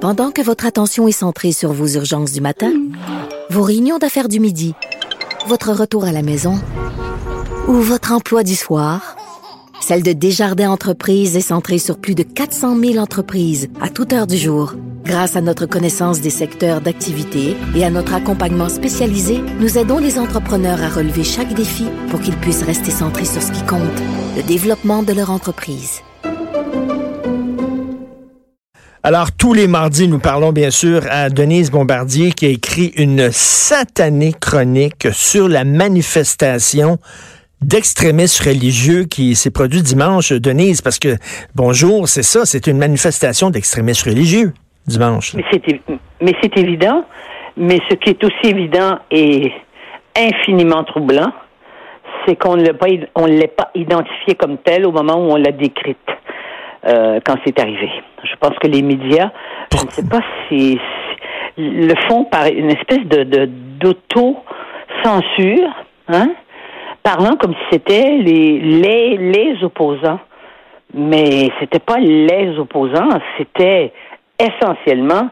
Pendant que votre attention est centrée sur vos urgences du matin, vos réunions d'affaires du midi, votre retour à la maison ou votre emploi du soir, celle de Desjardins Entreprises est centrée sur plus de 400 000 entreprises à toute heure du jour. Grâce à notre connaissance des secteurs d'activité et à notre accompagnement spécialisé, nous aidons les entrepreneurs à relever chaque défi pour qu'ils puissent rester centrés sur ce qui compte, le développement de leur entreprise. Alors, tous les mardis, nous parlons bien sûr à Denise Bombardier qui a écrit une satanée chronique sur la manifestation d'extrémistes religieux qui s'est produite dimanche. Denise, parce que, bonjour, c'est ça, c'est une manifestation d'extrémistes religieux, dimanche. Mais c'est évident, mais ce qui est aussi évident et infiniment troublant, c'est qu'on ne l'ait pas identifié comme tel au moment où on l'a décrite, quand c'est arrivé. Je pense que les médias, je ne sais pas si le font par une espèce d'auto-censure, hein? Parlant comme si c'était les opposants. Mais c'était pas les opposants, c'était essentiellement,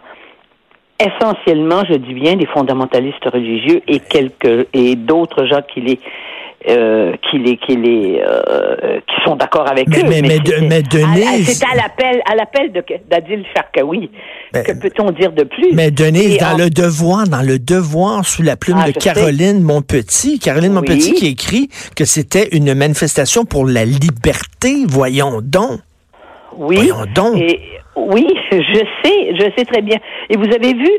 je dis bien, des fondamentalistes religieux et d'autres gens qui sont d'accord avec eux. Mais Denise, c'est à l'appel d'Adil Sharkawi. Que peut-on dire de plus? Mais Denise, dans le devoir, sous la plume de Caroline Monpetit qui écrit que c'était une manifestation pour la liberté. Voyons donc. Oui. Voyons donc. Oui, je sais très bien. Et vous avez vu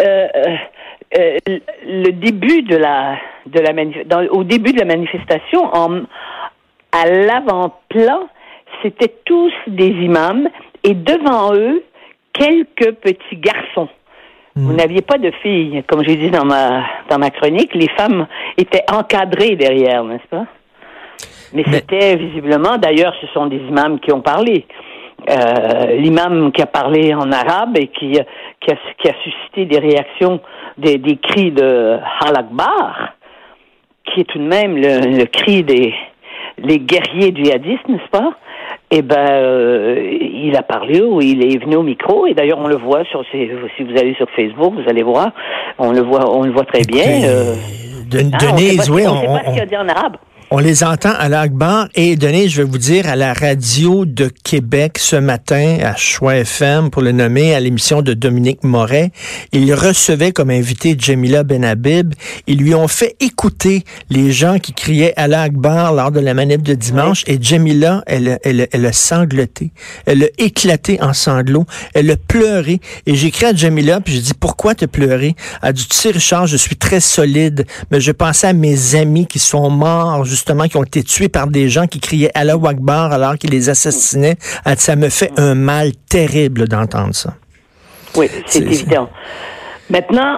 le début au début de la manifestation, à l'avant-plan, c'était tous des imams et devant eux, quelques petits garçons. Vous n'aviez pas de filles, comme j'ai dit dans ma chronique, les femmes étaient encadrées derrière, n'est-ce pas? Mais c'était visiblement, d'ailleurs, ce sont des imams qui ont parlé. L'imam qui a parlé en arabe et qui a suscité des réactions, des cris de Al Akbar, qui est tout de même le cri les guerriers djihadistes, n'est-ce pas? Il a parlé, il est venu au micro, et d'ailleurs on le voit si vous allez sur Facebook, vous allez voir, on le voit très bien. Denise, on ne sait pas ce qu'il a dit en arabe. On les entend à l'Akbar. Et Denise, je vais vous dire, à la radio de Québec ce matin, à Choix FM, pour le nommer, à l'émission de Dominique Moret, il recevait comme invité Jamila Benhabib. Ils lui ont fait écouter les gens qui criaient à l'Akbar lors de la manif de dimanche. Oui. Et Jamila, elle a sangloté. Elle a éclaté en sanglots. Elle a pleuré. Et j'ai écrit à Jamila, puis j'ai dit, pourquoi te pleurer? Elle a dit, tu sais, Richard, je suis très solide, mais je pensais à mes amis qui sont morts, justement, qui ont été tués par des gens qui criaient Allahu Akbar alors qu'ils les assassinaient. Ça me fait un mal terrible d'entendre ça. Oui, c'est évident. Maintenant,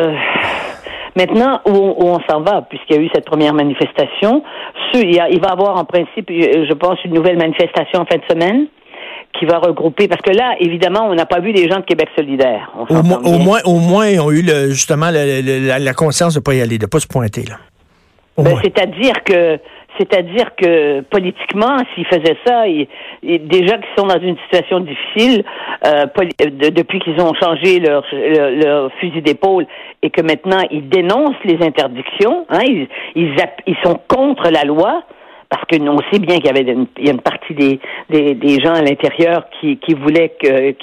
où on s'en va, puisqu'il y a eu cette première manifestation, il va y avoir en principe, je pense, une nouvelle manifestation en fin de semaine qui va regrouper, parce que là, évidemment, on n'a pas vu les gens de Québec solidaire. Au moins, ils ont eu justement la conscience de ne pas y aller, de ne pas se pointer, là. C'est-à-dire que politiquement, s'ils faisaient ça, déjà qu'ils sont dans une situation difficile depuis qu'ils ont changé leur fusil d'épaule et que maintenant ils dénoncent les interdictions, hein, ils sont contre la loi parce que on sait bien qu'il y a une partie des gens à l'intérieur qui voulaient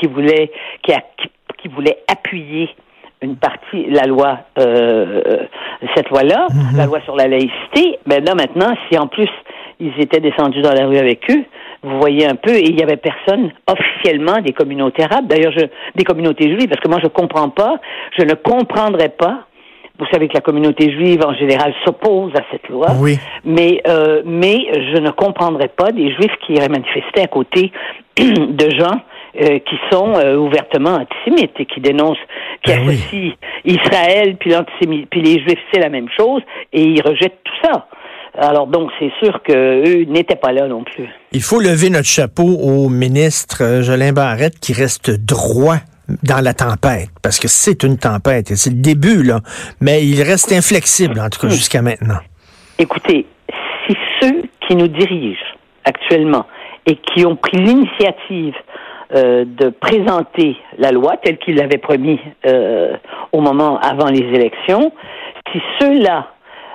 appuyer une partie, la loi, cette loi-là, la loi sur la laïcité, ben là maintenant, si en plus ils étaient descendus dans la rue avec eux, vous voyez un peu, et il y avait personne officiellement des communautés arabes, d'ailleurs des communautés juives, parce que moi je ne comprendrais pas. Vous savez que la communauté juive en général s'oppose à cette loi, oui. Mais je ne comprendrais pas des juifs qui iraient manifester à côté de gens qui sont ouvertement antisémites et qui dénoncent, qui associent Israël puis les Juifs, c'est la même chose, et ils rejettent tout ça. Alors donc, c'est sûr qu'eux n'étaient pas là non plus. Il faut lever notre chapeau au ministre Jolin Barrette qui reste droit dans la tempête, parce que c'est une tempête, et c'est le début, là, mais il reste inflexible, en tout cas, jusqu'à maintenant. Écoutez, si ceux qui nous dirigent actuellement et qui ont pris l'initiative de présenter la loi telle qu'il l'avait promis au moment avant les élections, si ceux-là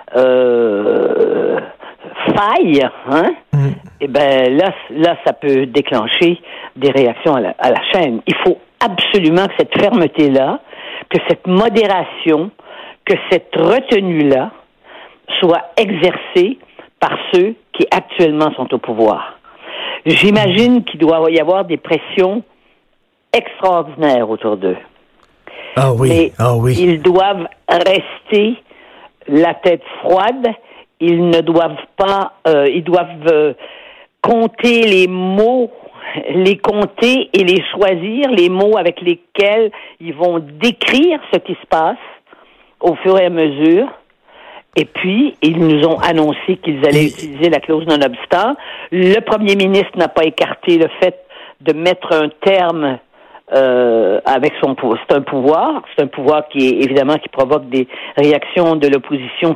faillent, eh ben là, ça peut déclencher des réactions à la chaîne. Il faut absolument que cette fermeté-là, que cette modération, que cette retenue-là soit exercée par ceux qui actuellement sont au pouvoir. J'imagine qu'il doit y avoir des pressions extraordinaires autour d'eux. Ah oui, Mais ils doivent rester la tête froide. Ils ne doivent pas, ils doivent compter les mots, les compter et les choisir, les mots avec lesquels ils vont décrire ce qui se passe au fur et à mesure. Et puis, ils nous ont annoncé qu'ils allaient utiliser la clause non-obstant. Le premier ministre n'a pas écarté le fait de mettre un terme avec son pouvoir. C'est un pouvoir qui est évidemment qui provoque des réactions de l'opposition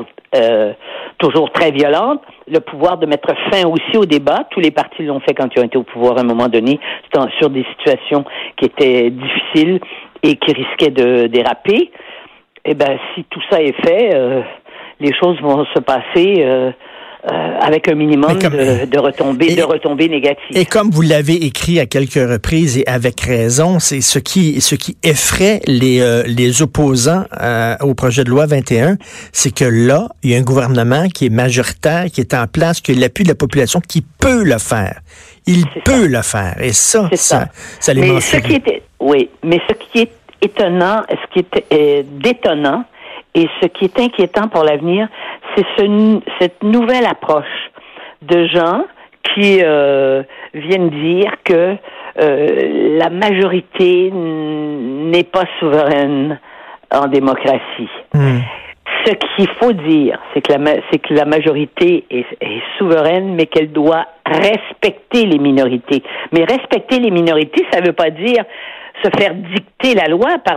toujours très violentes. Le pouvoir de mettre fin aussi au débat. Tous les partis l'ont fait quand ils ont été au pouvoir à un moment donné, sur des situations qui étaient difficiles et qui risquaient de déraper. Eh ben, si tout ça est fait, les choses vont se passer avec un minimum de retombées négatives. Et comme vous l'avez écrit à quelques reprises et avec raison, c'est ce qui effraie les opposants au projet de loi 21, c'est que là, il y a un gouvernement qui est majoritaire, qui est en place, qui a l'appui de la population, qui peut le faire. Il peut le faire. Et ça les mentionne. Oui, mais ce qui est étonnant, ce qui est détonnant et ce qui est inquiétant pour l'avenir, c'est cette nouvelle approche de gens qui viennent dire que la majorité n'est pas souveraine en démocratie. Ce qu'il faut dire, c'est que la majorité est souveraine, mais qu'elle doit respecter les minorités. Mais respecter les minorités, ça ne veut pas dire se faire dicter la loi par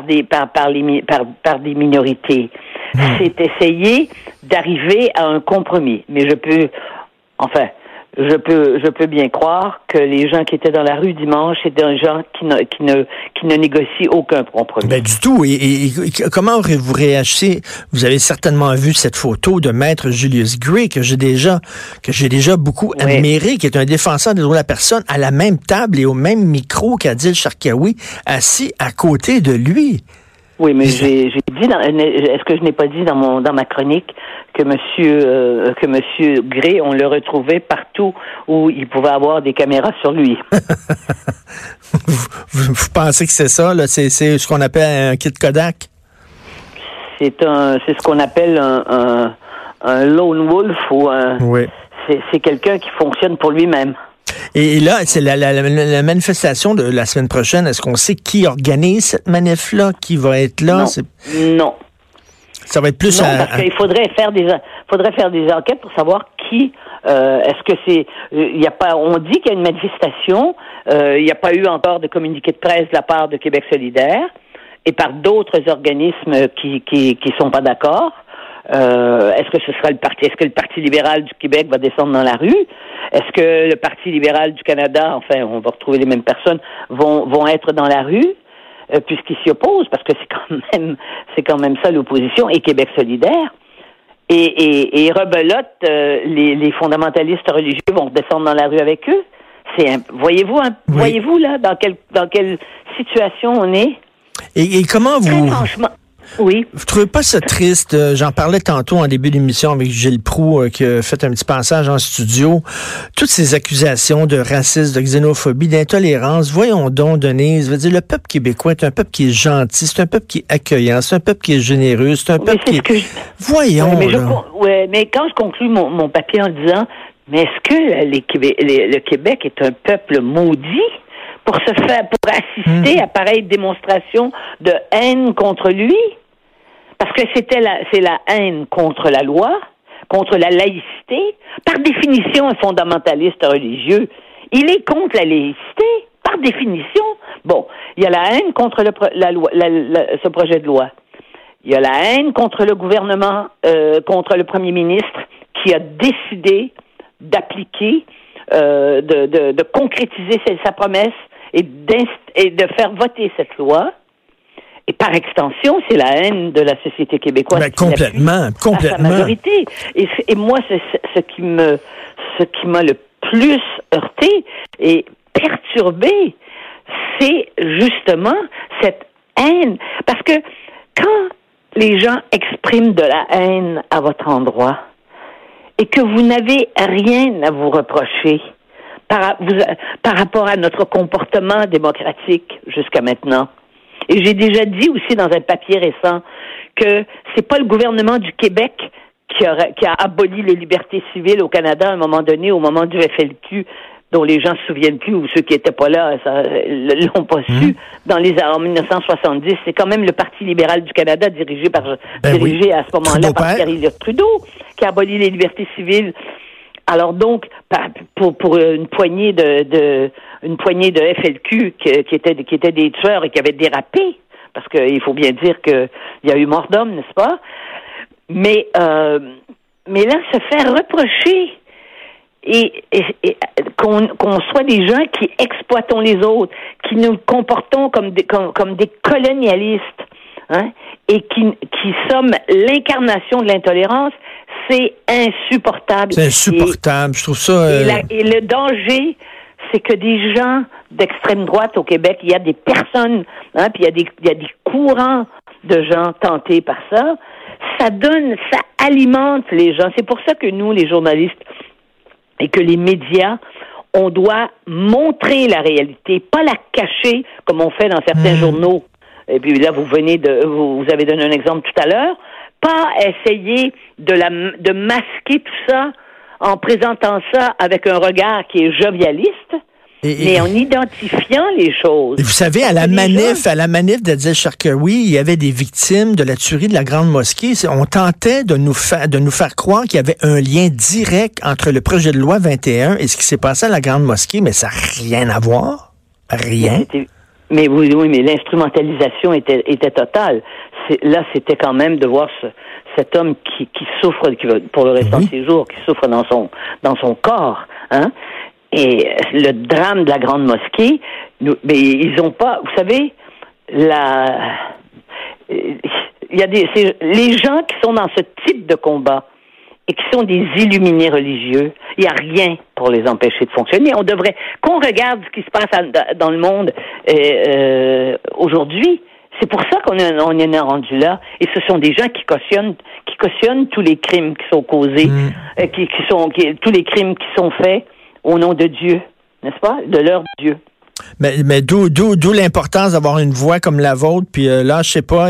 des minorités. C'est essayer d'arriver à un compromis. Mais je peux bien croire que les gens qui étaient dans la rue dimanche étaient des gens qui ne négocient aucun compromis. Ben, du tout. Et comment aurez-vous réagi? Vous avez certainement vu cette photo de Maître Julius Gray que j'ai déjà beaucoup admiré, qui est un défenseur des droits de la personne, à la même table et au même micro qu'Adil Sharkawi, assis à côté de lui. Oui, mais j'ai dit est-ce que je n'ai pas dit dans ma chronique que monsieur Gray, on le retrouvait partout où il pouvait avoir des caméras sur lui. vous pensez que c'est ça, là? C'est ce qu'on appelle un kit Kodak? C'est ce qu'on appelle un lone wolf ou c'est quelqu'un qui fonctionne pour lui-même. Et là, c'est la manifestation de la semaine prochaine. Est-ce qu'on sait qui organise cette manif-là? Qui va être là? Non. Ça va être plus parce qu'il faudrait faire des enquêtes pour savoir qui. Est-ce que c'est. Il y a pas. On dit qu'il y a une manifestation. Il n'y a pas eu encore de communiqué de presse de la part de Québec solidaire et par d'autres organismes qui sont pas d'accord. Est-ce que ce sera est-ce que le Parti libéral du Québec va descendre dans la rue? Est-ce que le Parti libéral du Canada, enfin, on va retrouver les mêmes personnes, vont être dans la rue, puisqu'ils s'y opposent, parce que c'est quand même ça l'opposition, et Québec solidaire. Et rebelote, les fondamentalistes religieux vont descendre dans la rue avec eux. Voyez-vous là, dans quelle situation on est? Et comment vous... Très franchement. Oui. Vous trouvez pas ça triste? J'en parlais tantôt en début d'émission avec Gilles Proulx qui a fait un petit passage en studio. Toutes ces accusations de racisme, de xénophobie, d'intolérance. Voyons donc, Denise, je veux dire, le peuple québécois est un peuple qui est gentil, c'est un peuple qui est accueillement, c'est un peuple qui est généreux, c'est un peuple qui est... Voyons, mais quand je conclue mon papier en disant, mais est-ce que le Québec est un peuple maudit? Pour assister à pareille démonstration de haine contre lui, parce que c'est la haine contre la loi, contre la laïcité. Par définition, un fondamentaliste religieux, il est contre la laïcité, par définition. Bon, il y a la haine contre ce projet de loi. Il y a la haine contre le gouvernement, contre le premier ministre, qui a décidé d'appliquer, de concrétiser sa promesse et de faire voter cette loi. Et par extension, c'est la haine de la société québécoise. Ben, complètement. À sa majorité. Et moi, c'est ce qui m'a le plus heurté et perturbé, c'est justement cette haine. Parce que quand les gens expriment de la haine à votre endroit et que vous n'avez rien à vous reprocher par rapport à notre comportement démocratique jusqu'à maintenant, et j'ai déjà dit aussi dans un papier récent que c'est pas le gouvernement du Québec qui a aboli les libertés civiles au Canada à un moment donné, au moment du FLQ, dont les gens se souviennent plus, ou ceux qui étaient pas là, l'ont pas su, en 1970. C'est quand même le Parti libéral du Canada dirigé à ce moment-là par Pierre Trudeau, qui a aboli les libertés civiles. Alors donc, pour une poignée de FLQ qui étaient des tueurs et qui avaient dérapé, parce qu'il faut bien dire qu'il y a eu mort d'homme, n'est-ce pas? Mais là, se faire reprocher et qu'on soit des gens qui exploitons les autres, qui nous comportons comme des colonialistes, hein, et qui sommes l'incarnation de l'intolérance, c'est insupportable. C'est insupportable, je trouve ça... Et le danger, c'est que des gens d'extrême droite au Québec, il y a des personnes, hein, puis il y a des courants de gens tentés par ça, ça alimente les gens. C'est pour ça que nous, les journalistes, et que les médias, on doit montrer la réalité, pas la cacher comme on fait dans certains journaux. Et puis là, vous avez donné un exemple tout à l'heure. Pas essayer de masquer tout ça en présentant ça avec un regard qui est jovialiste, mais en identifiant les choses. Vous savez, à la manif d'Adil Sharkawi, il y avait des victimes de la tuerie de la Grande Mosquée. On tentait de nous faire croire qu'il y avait un lien direct entre le projet de loi 21 et ce qui s'est passé à la Grande Mosquée, mais ça n'a rien à voir. Rien. Mais oui, mais l'instrumentalisation était totale. Là, c'était quand même de voir cet homme qui souffre pour le restant de ses jours, qui souffre dans son corps, hein. Et le drame de la Grande Mosquée, mais ils ont pas, vous savez, il y a les gens qui sont dans ce type de combat et qui sont des illuminés religieux, il n'y a rien pour les empêcher de fonctionner. Qu'on regarde ce qui se passe dans le monde aujourd'hui. C'est pour ça qu'on est rendu là. Et ce sont des gens qui cautionnent tous les crimes qui sont causés, tous les crimes qui sont faits au nom de Dieu, n'est-ce pas? De leur Dieu. Mais d'où l'importance d'avoir une voix comme la vôtre, puis lâchez pas,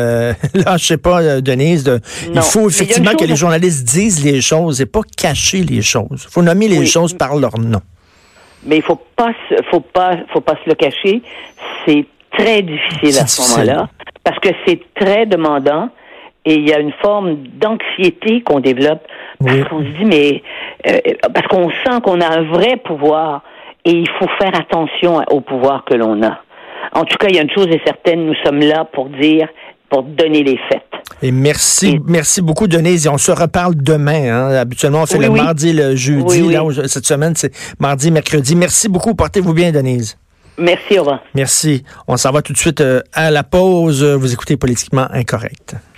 Denise. Il faut effectivement que les journalistes disent les choses et pas cacher les choses. Il faut nommer les choses par leur nom. Mais il faut pas se le cacher. C'est très difficile à ce moment-là, parce que c'est très demandant. Et il y a une forme d'anxiété qu'on développe parce qu'on se dit, parce qu'on sent qu'on a un vrai pouvoir et il faut faire attention au pouvoir que l'on a. En tout cas, il y a une chose est certaine, nous sommes là pour donner les faits. Et merci beaucoup, Denise. Et on se reparle demain. Hein. Habituellement, on fait le mardi, le jeudi. Oui. Là, cette semaine, c'est mardi, mercredi. Merci beaucoup. Portez-vous bien, Denise. Merci, au revoir. Merci. On s'en va tout de suite à la pause. Vous écoutez Politiquement Incorrect.